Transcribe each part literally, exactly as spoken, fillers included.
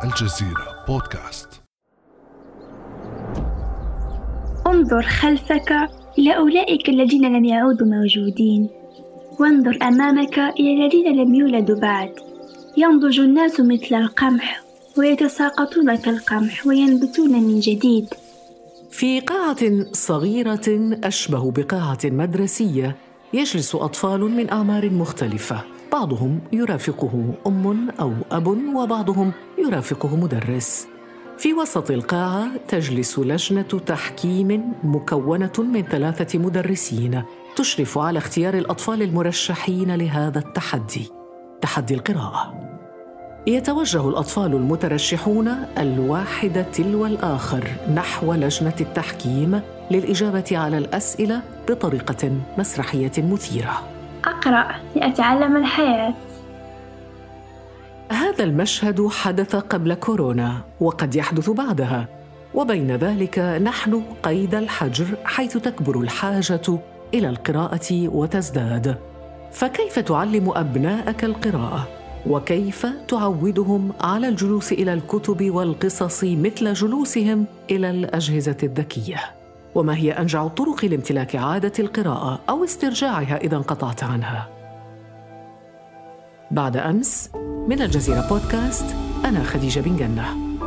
الجزيرة بودكاست. انظر خلفك إلى أولئك الذين لم يعودوا موجودين، وانظر أمامك إلى الذين لم يولدوا بعد. ينضج الناس مثل القمح ويتساقطون كالقمح وينبتون من جديد. في قاعة صغيرة أشبه بقاعة مدرسية يجلس أطفال من أعمار مختلفة، بعضهم يرافقه أم أو أب وبعضهم يرافقه مدرس. في وسط القاعة تجلس لجنة تحكيم مكونة من ثلاثة مدرسين تشرف على اختيار الأطفال المرشحين لهذا التحدي، تحدي القراءة. يتوجه الأطفال المترشحون الواحد تلو الآخر نحو لجنة التحكيم للإجابة على الأسئلة بطريقة مسرحية مثيرة. أقرأ لأتعلم الحياة. هذا المشهد حدث قبل كورونا وقد يحدث بعدها، وبين ذلك نحن قيد الحجر حيث تكبر الحاجة إلى القراءة وتزداد. فكيف تعلم أبنائك القراءة؟ وكيف تعودهم على الجلوس إلى الكتب والقصص مثل جلوسهم إلى الأجهزة الذكية؟ وما هي أنجع الطرق لامتلاك عادة القراءة أو استرجاعها إذا انقطعت عنها؟ بعد أمس من الجزيرة بودكاست، أنا خديجة بن جنة.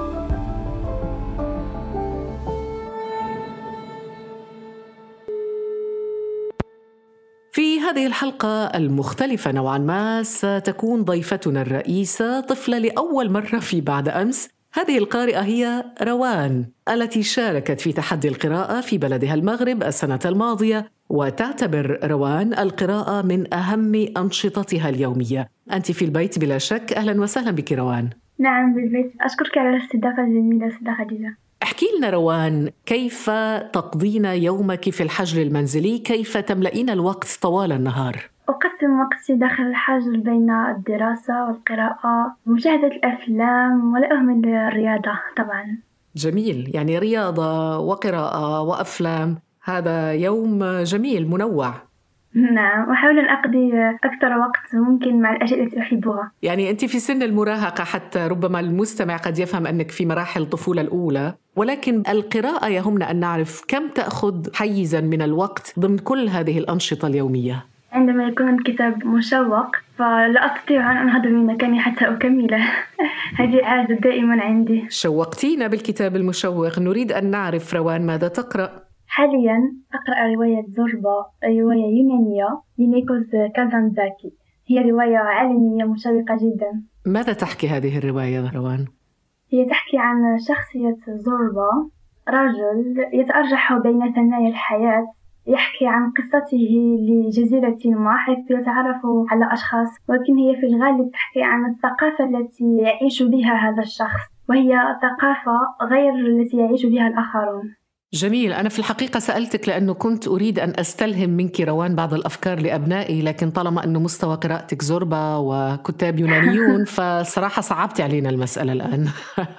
في هذه الحلقة المختلفة نوعاً ما ستكون ضيفتنا الرئيسة طفلة لأول مرة في بعد أمس. هذه القارئة هي روان التي شاركت في تحدي القراءة في بلدها المغرب السنة الماضية، وتعتبر روان القراءة من أهم أنشطتها اليومية. أنت في البيت بلا شك. أهلاً وسهلاً بك روان. نعم بالبيت. أشكرك على الاستضافة الجميلة أستاذة خديجة. احكي لنا روان، كيف تقضين يومك في الحجر المنزلي؟ كيف تملئين الوقت طوال النهار؟ أقسم وقتي داخل الحجر بين الدراسة والقراءة ومشاهدة الأفلام، ولا أهمل الرياضة طبعاً. جميل، يعني رياضة وقراءة وأفلام، هذا يوم جميل منوع. نعم، وأحاول أن أقضي أكثر وقت ممكن مع الأشياء التي أحبها. يعني أنت في سن المراهقة، حتى ربما المستمع قد يفهم أنك في مراحل الطفولة الأولى، ولكن القراءة يهمنا أن نعرف كم تأخذ حيزاً من الوقت ضمن كل هذه الأنشطة اليومية. عندما يكون الكتاب مشوق فلا أستطيع أن أنهض من مكاني حتى أكمله. هذه عادة دائما عندي. شوقتينا بالكتاب المشوق، نريد أن نعرف روان ماذا تقرأ؟ حاليا أقرأ رواية زوربا، رواية يونانية لنيكوس كازانزاكي. هي رواية عالمية مشوقة جدا. ماذا تحكي هذه الرواية روان؟ هي تحكي عن شخصية زوربا، رجل يتأرجح بين ثنايا الحياة. يحكي عن قصته لجزيرة ما حيث يتعرف على أشخاص، ولكن هي في الغالب تحكي عن الثقافة التي يعيش بها هذا الشخص، وهي ثقافة غير التي يعيش بها الآخرون. جميل. أنا في الحقيقة سألتك لأنه كنت أريد أن أستلهم منك روان بعض الأفكار لأبنائي، لكن طالما أنه مستوى قراءتك زوربا وكتاب يونانيون فصراحة صعبت علينا المسألة الآن.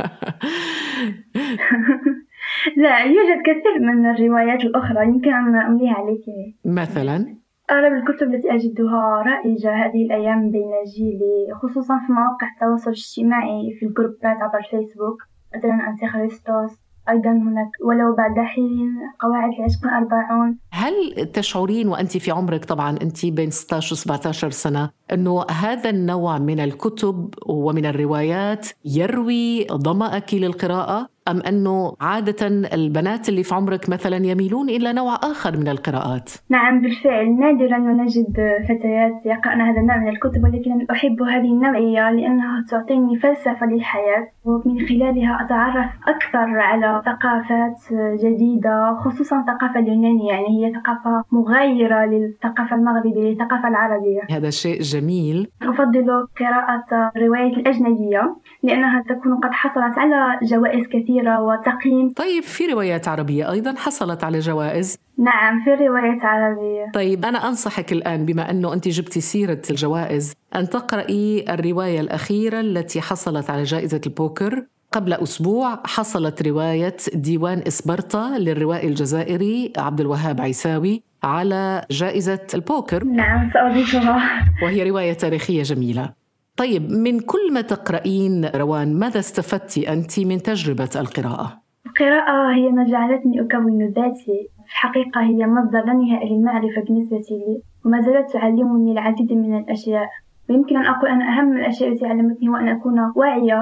لا، يوجد كثير من الروايات الأخرى يمكن أن أمليها عليك. مثلا أغلب الكتب التي أجدها رائجة هذه الأيام بين جيلي، خصوصا في مواقع التواصل الاجتماعي في الجروبات عبر الفيسبوك، مثلا أنتي خريستوس. أيضا هناك ولو بعد حين، قواعد العشق الأربعون. هل تشعرين وأنت في عمرك، طبعا أنت بين ستة عشر وسبعة عشر سنة، أنه هذا النوع من الكتب ومن الروايات يروي ظمأك للقراءة، أم أنه عادة البنات اللي في عمرك مثلا يميلون إلى نوع آخر من القراءات؟ نعم بالفعل، نادرا ما نجد فتيات يقرأن هذا النوع من الكتب، ولكن أحب هذه النوعية لأنها تعطيني فلسفة للحياة، ومن خلالها أتعرف أكثر على ثقافات جديدة، خصوصا الثقافة اليونانية. يعني هي ثقافة مغايرة للثقافة المغربية، للثقافة العربية. هذا شيء جميل. أفضل قراءة الروايات الأجنبية لأنها تكون قد حصلت على جوائز كثيرة وتقييم. طيب في روايات عربية أيضا حصلت على جوائز؟ نعم في روايات عربية. طيب أنا أنصحك الآن، بما أنه أنت جبتي سيرة الجوائز، أن تقرأي الرواية الأخيرة التي حصلت على جائزة البوكر. قبل أسبوع حصلت رواية ديوان إسبرطة للروائي الجزائري عبد الوهاب عيساوي على جائزة البوكر. نعم سأضيفها. وهي رواية تاريخية جميلة. طيب، من كل ما تقرأين روان، ماذا استفدت أنت من تجربة القراءة؟ القراءة هي ما جعلتني أكون ذاتي. في الحقيقة هي مصدر لا نهائي للمعرفة بالنسبة لي، وما زالت تعلمني العديد من الأشياء. ويمكن أن أقول أن أهم الأشياء التي علمتني هو أن أكون واعية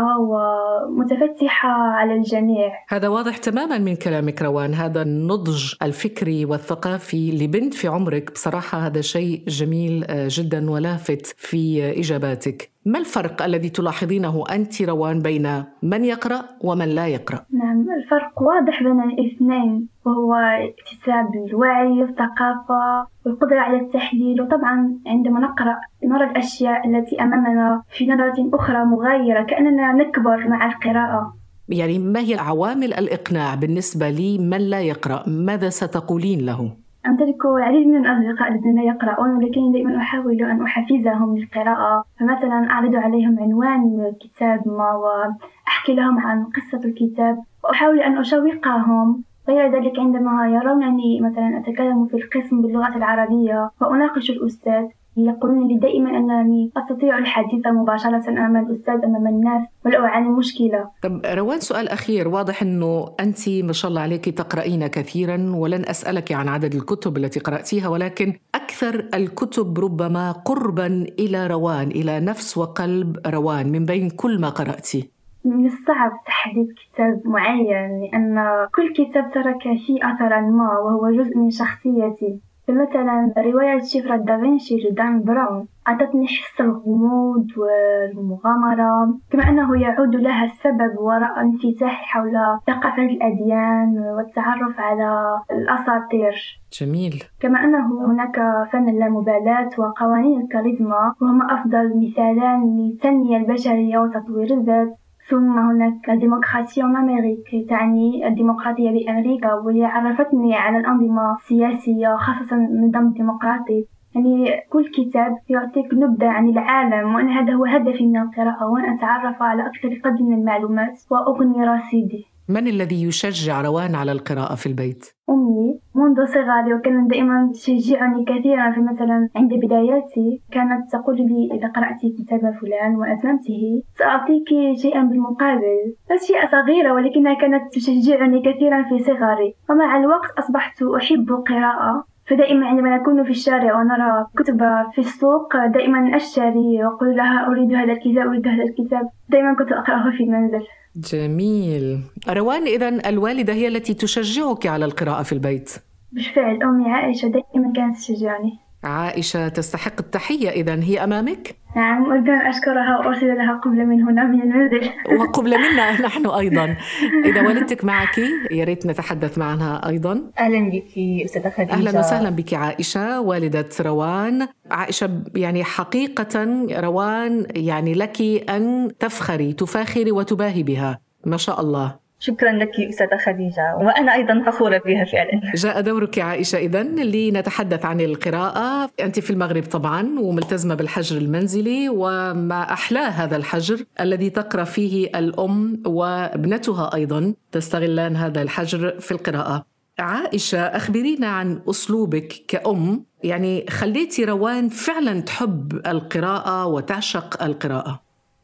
ومتفتحة على الجميع. هذا واضح تماما من كلامك روان، هذا النضج الفكري والثقافي لبنت في عمرك. بصراحة هذا شيء جميل جدا ولافت في إجاباتك. ما الفرق الذي تلاحظينه أنت روان بين من يقرأ ومن لا يقرأ؟ نعم، الفرق واضح بين الاثنين، وهو اكتساب الوعي والثقافة والقدرة على التحليل. وطبعا عندما نقرأ نرى الأشياء التي أمامنا في نظرة أخرى مغايرة، كأننا نكبر مع القراءة. يعني ما هي عوامل الإقناع بالنسبة لي من لا يقرأ؟ ماذا ستقولين له؟ أمتلك العديد من الأصدقاء الذين لا يقرؤون، ولكن دائما أحاول أن أحفزهم للقراءة. فمثلا أعرض عليهم عنوان كتاب ما وأحكي لهم عن قصة الكتاب، وأحاول أن أشوقهم. غير ذلك عندما يرونني مثلا أتكلم في القسم باللغة العربية وأناقش الأستاذ، يقولون لي دائما أنني أستطيع الحديث مباشرة أمام الأستاذ أمام الناس ولا أعاني مشكلة. طب روان، سؤال أخير. واضح أنه أنت ما شاء الله عليك تقرأين كثيرا، ولن أسألك عن عدد الكتب التي قرأتيها، ولكن أكثر الكتب ربما قربا إلى روان، إلى نفس وقلب روان من بين كل ما قرأتي. من الصعب تحديد كتاب معين، لأن كل كتاب ترك فيه أثرا ما وهو جزء من شخصيتي. فمثلا رواية شفرة دافنشي لدان براون أعطتني حس الغموض والمغامرة، كما أنه يعود لها السبب وراء انفتاح حول ثقافة الأديان والتعرف على الأساطير. جميل. كما أنه هناك فن اللامبالاة وقوانين الكاريزما، وهما أفضل مثالان للتنمية البشرية وتطوير الذات. ثم هناك الديمقراطية أمريكا، تعني الديمقراطية بأمريكا، واللي عرفتني على الأنظمة السياسية خاصة النظام الديمقراطي. يعني كل كتاب يعطيك نبذة عن العالم، وأن هذا هو هدفي من القراءة، وأن أتعرف على أكثر قدر من المعلومات وأغني رصيدي. من الذي يشجع روان على القراءة في البيت؟ أمي منذ صغري، وكانت دائما تشجعني كثيرا. فمثلا عند بداياتي كانت تقول لي إذا قرأت كتاب فلان وأتممته سأعطيك شيئا بالمقابل. أشياء صغيرة ولكنها كانت تشجعني كثيرا في صغري. ومع الوقت أصبحت أحب القراءة، فدائما عندما نكون في الشارع ونرى كتب في السوق دائما أشتري وأقول لها أريد هذا الكتاب أريد هذا الكتاب. دائما كنت أقرأه في المنزل. جميل. روان، إذن الوالدة هي التي تشجعك على القراءة في البيت؟ بالفعل، أمي عائشة دائما كانت تشجعني. عائشة تستحق التحية. إذن هي أمامك؟ نعم، أريد أن أشكرها وأرسل لها قبل من هنا من المنزل. وقبل منا نحن أيضا. إذا والدتك معك يا ريت نتحدث معها أيضا. أهلا بك أستاذة خديجة. أهلا وسهلا بك عائشة، والدة روان. عائشة، يعني حقيقة روان يعني لك أن تفخري تفاخري وتباهي بها، ما شاء الله. شكرا لك أستاذة خديجة، وأنا أيضا فخورة بها فعلا. جاء دورك عائشة إذن لنتحدث عن القراءة. أنت في المغرب طبعا وملتزمة بالحجر المنزلي، وما أحلى هذا الحجر الذي تقرأ فيه الأم وابنتها أيضا تستغلان هذا الحجر في القراءة. عائشة، أخبرينا عن أسلوبك كأم، يعني خليتي روان فعلا تحب القراءة وتعشق القراءة.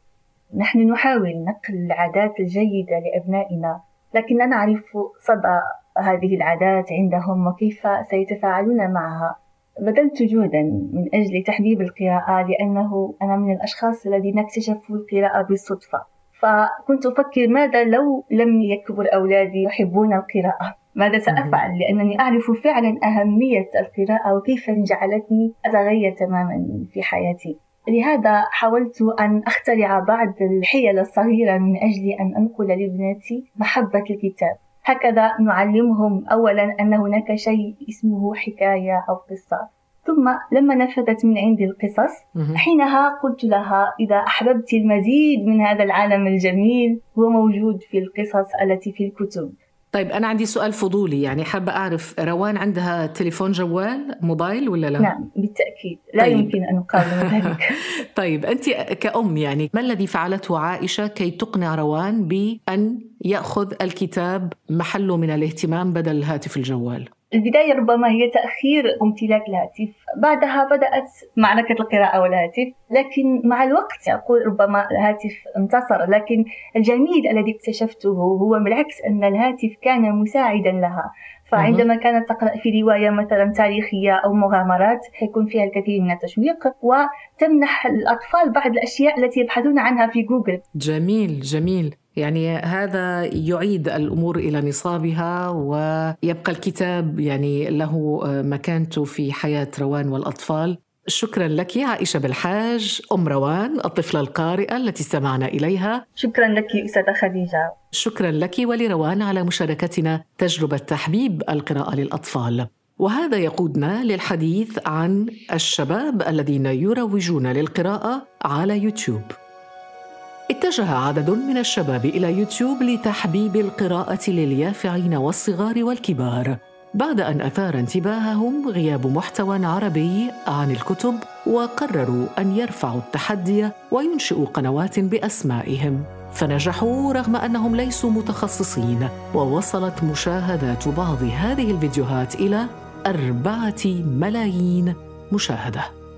نحن نحاول نقل العادات الجيدة لأبنائنا، لكن لا نعرف صدى هذه العادات عندهم وكيف سيتفاعلون معها. بذلت جهدا من أجل تحبيب القراءة، لأنه أنا من الأشخاص الذين اكتشفوا القراءة بالصدفة. فكنت أفكر ماذا لو لم يكبر أولادي يحبون القراءة، ماذا سأفعل؟ لأنني أعرف فعلا أهمية القراءة وكيف جعلتني أتغير تماما في حياتي. لهذا حاولت أن أخترع بعض الحيل الصغيرة من أجل أن أنقل لابنتي محبة الكتاب. هكذا نعلمهم أولا أن هناك شيء اسمه حكاية أو قصة، ثم لما نفذت من عندي القصص حينها قلت لها إذا أحببت المزيد من هذا العالم الجميل هو موجود في القصص التي في الكتب. طيب، أنا عندي سؤال فضولي، يعني حابة أعرف روان عندها تليفون جوال موبايل ولا لا؟ نعم بالتأكيد، لا طيب. يمكن أن أقاوم ذلك. طيب، أنت كأم يعني ما الذي فعلته عائشة كي تقنع روان بأن يأخذ الكتاب محله من الاهتمام بدل الهاتف الجوال؟ البداية ربما هي تأخير امتلاك الهاتف بعدها بدأت معركة القراءة والهاتف، لكن مع الوقت أقول ربما الهاتف انتصر، لكن الجميل الذي اكتشفته هو بالعكس أن الهاتف كان مساعدا لها. فعندما كانت تقرأ في رواية مثلا تاريخية أو مغامرات حيكون فيها الكثير من التشويق، وتمنح الأطفال بعض الأشياء التي يبحثون عنها في جوجل. جميل جميل، يعني هذا يعيد الأمور إلى نصابها، ويبقى الكتاب يعني له مكانته في حياة روان والأطفال. شكرا لك عائشة بالحاج، أم روان الطفلة القارئة التي استمعنا إليها. شكرا لك أستاذة خديجة. شكرا لك ولروان على مشاركتنا تجربة تحبيب القراءة للأطفال. وهذا يقودنا للحديث عن الشباب الذين يروجون للقراءة على يوتيوب. اتجه عدد من الشباب إلى يوتيوب لتحبيب القراءة لليافعين والصغار والكبار، بعد أن أثار انتباههم غياب محتوى عربي عن الكتب، وقرروا أن يرفعوا التحدي وينشئوا قنوات بأسمائهم، فنجحوا رغم أنهم ليسوا متخصصين، ووصلت مشاهدات بعض هذه الفيديوهات إلى أربعة ملايين مشاهدة.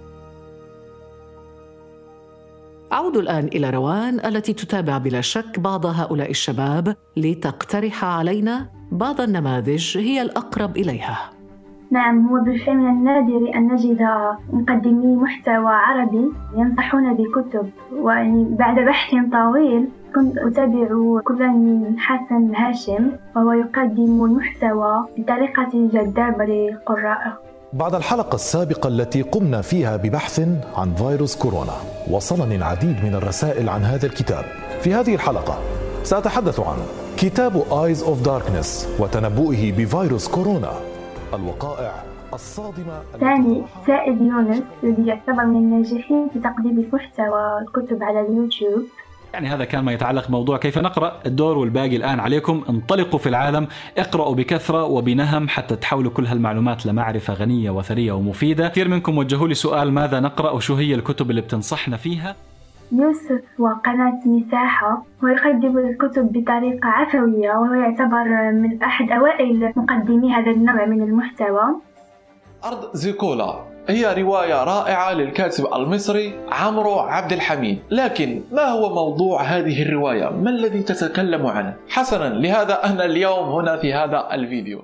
أعود الآن إلى روان التي تتابع بلا شك بعض هؤلاء الشباب لتقترح علينا بعض النماذج هي الأقرب إليها. نعم، هو بالفعل من النادر أن نجد مقدمي محتوى عربي ينصحون بكتب، ويعني بعد بحث طويل كنت أتابع كل من حسن هاشم، وهو يقدم المحتوى بطريقة جذابة لقراءه. بعد الحلقة السابقة التي قمنا فيها ببحث عن فيروس كورونا، وصلني العديد من الرسائل عن هذا الكتاب. في هذه الحلقة سأتحدث عن كتاب Eyes of Darkness وتنبؤه بفيروس كورونا، الوقائع الصادمة. ثاني سائد يونس الذي يعتبر من الناجحين في تقديم محتوى الكتب على اليوتيوب. يعني هذا كان ما يتعلق بموضوع كيف نقرأ. الدور والباقي الآن عليكم، انطلقوا في العالم، اقرأوا بكثرة وبنهم حتى تحولوا كل هالمعلومات لمعرفة غنية وثرية ومفيدة. كثير منكم وجهوا لي سؤال ماذا نقرأ وشو هي الكتب اللي بتنصحنا فيها. يوسف وقناة مساحة ويقدم الكتب بطريقة عفوية، وهو يعتبر من أحد أوائل مقدمي هذا النوع من المحتوى. أرض زيكولا هي رواية رائعة للكاتب المصري عمرو عبد الحميد، لكن ما هو موضوع هذه الرواية؟ ما الذي تتكلم عنه؟ حسنا، لهذا أنا اليوم هنا في هذا الفيديو.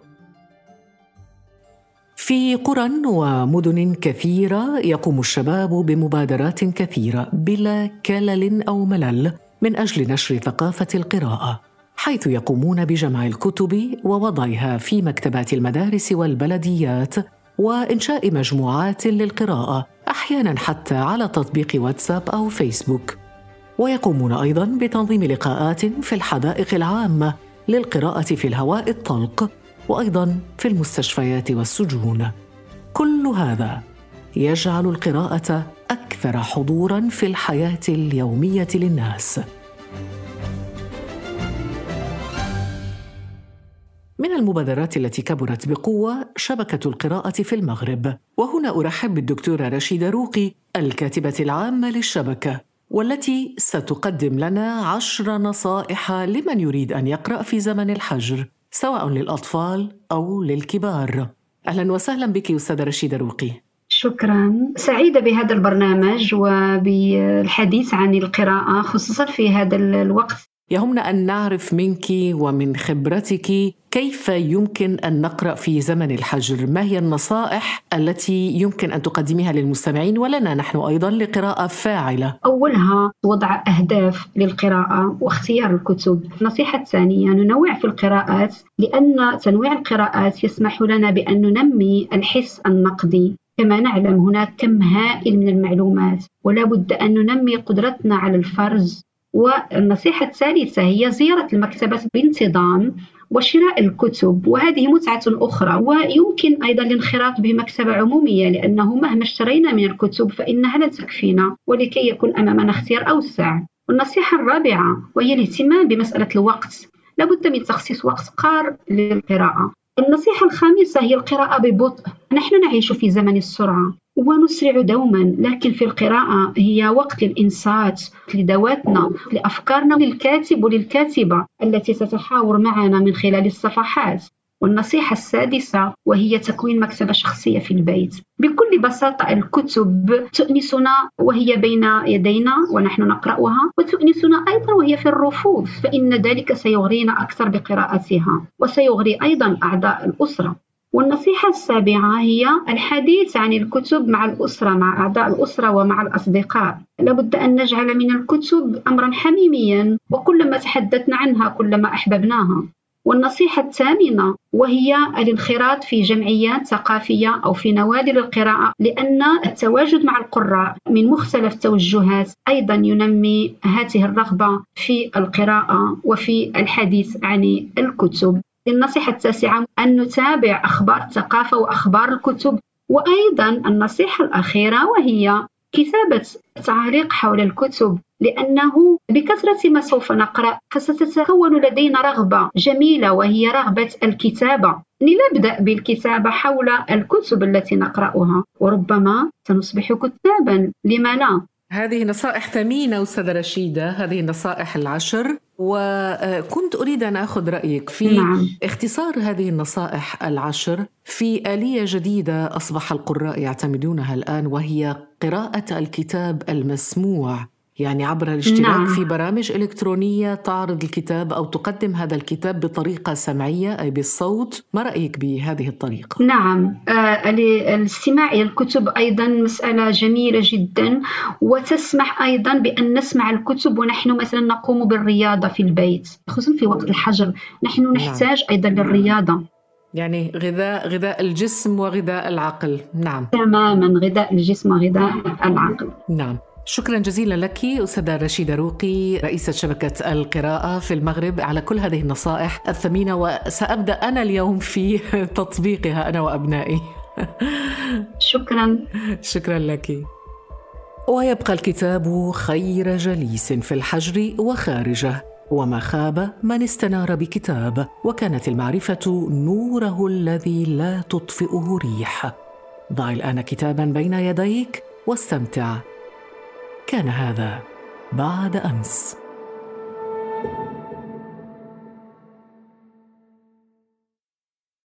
في قرى ومدن كثيرة يقوم الشباب بمبادرات كثيرة بلا كلل أو ملل من أجل نشر ثقافة القراءة، حيث يقومون بجمع الكتب ووضعها في مكتبات المدارس والبلديات، وإنشاء مجموعات للقراءة، أحياناً حتى على تطبيق واتساب أو فيسبوك. ويقومون أيضاً بتنظيم لقاءات في الحدائق العامة للقراءة في الهواء الطلق، وأيضاً في المستشفيات والسجون. كل هذا يجعل القراءة أكثر حضوراً في الحياة اليومية للناس. من المبادرات التي كبرت بقوة شبكة القراءة في المغرب، وهنا أرحب بالدكتورة رشيدة روقي الكاتبة العامة للشبكة، والتي ستقدم لنا عشر نصائح لمن يريد أن يقرأ في زمن الحجر، سواء للأطفال أو للكبار. أهلا وسهلا بك أستاذة رشيدة روقي. شكرا، سعيدة بهذا البرنامج وبالحديث عن القراءة خصوصا في هذا الوقت. يهمنا أن نعرف منك ومن خبرتك كيف يمكن أن نقرأ في زمن الحجر، ما هي النصائح التي يمكن أن تقدميها للمستمعين ولنا نحن أيضا لقراءة فاعلة؟ أولها وضع أهداف للقراءة واختيار الكتب. النصيحة الثانية ننوع في القراءات، لأن تنويع القراءات يسمح لنا بأن ننمي الحس النقدي. كما نعلم هناك كم هائل من المعلومات، ولا بد أن ننمي قدرتنا على الفرز. والنصيحة الثالثة هي زيارة المكتبات بانتظام وشراء الكتب، وهذه متعة أخرى. ويمكن أيضا الانخراط بمكتبة عمومية، لأنه مهما اشترينا من الكتب فإنها لا تكفينا، ولكي يكون أمامنا اختيار أوسع. والنصيحة الرابعة وهي الاهتمام بمسألة الوقت، لابد من تخصيص وقت قار للقراءة. النصيحة الخامسة هي القراءة ببطء. نحن نعيش في زمن السرعة ونسرع دوما، لكن في القراءة هي وقت للإنصات لذواتنا، لأفكارنا، للكاتب وللكاتبة التي تتحاور معنا من خلال الصفحات. والنصيحة السادسة وهي تكوين مكتبة شخصية في البيت. بكل بساطة الكتب تؤنسنا وهي بين يدينا ونحن نقرأها، وتؤنسنا أيضا وهي في الرفوف، فإن ذلك سيغرينا أكثر بقراءتها وسيغري أيضا أعضاء الأسرة. والنصيحة السابعة هي الحديث عن الكتب مع الأسرة، مع أعضاء الأسرة ومع الأصدقاء. لابد أن نجعل من الكتب أمرا حميميا، وكلما تحدثنا عنها كلما أحببناها. والنصيحة الثامنة وهي الانخراط في جمعيات ثقافية أو في نوادي القراءة، لأن التواجد مع القراء من مختلف توجهات أيضا ينمي هذه الرغبة في القراءة وفي الحديث عن الكتب. النصيحة التاسعة أن نتابع أخبار الثقافة وأخبار الكتب. وأيضا النصيحة الأخيرة وهي كتابة تعاليق حول الكتب، لأنه بكثرة ما سوف نقرأ فستتكون لدينا رغبة جميلة وهي رغبة الكتابة. لنبدأ بالكتابة حول الكتب التي نقرأها، وربما سنصبح كتابا، لما لا؟ هذه نصائح ثمينة أستاذة رشيدة، هذه النصائح العشر، وكنت أريد أن أخذ رأيك في نعم. اختصار هذه النصائح العشر في آلية جديدة أصبح القراء يعتمدونها الآن، وهي قراءة الكتاب المسموع، يعني عبر الاشتراك نعم. في برامج إلكترونية تعرض الكتاب أو تقدم هذا الكتاب بطريقة سمعية أي بالصوت. ما رأيك بهذه الطريقة؟ نعم، آه الاستماع إلى الكتب أيضا مسألة جميلة جدا، وتسمح أيضا بأن نسمع الكتب ونحن مثلا نقوم بالرياضة في البيت، خصوصا في وقت الحجر نحن نحتاج نعم. أيضا للرياضة، يعني غذاء غذاء الجسم وغذاء العقل. نعم تماما، غذاء الجسم وغذاء العقل. نعم، شكرا جزيلا لك أستاذة رشيدة روقي، رئيسة شبكة القراءة في المغرب، على كل هذه النصائح الثمينة، وسأبدأ أنا اليوم في تطبيقها أنا وأبنائي. شكرا شكرا لك. ويبقى الكتاب خير جليس في الحجر وخارجه، وما خاب من استنار بكتاب، وكانت المعرفة نوره الذي لا تطفئه ريح. ضع الآن كتابا بين يديك واستمتع. كان هذا بعد أمس.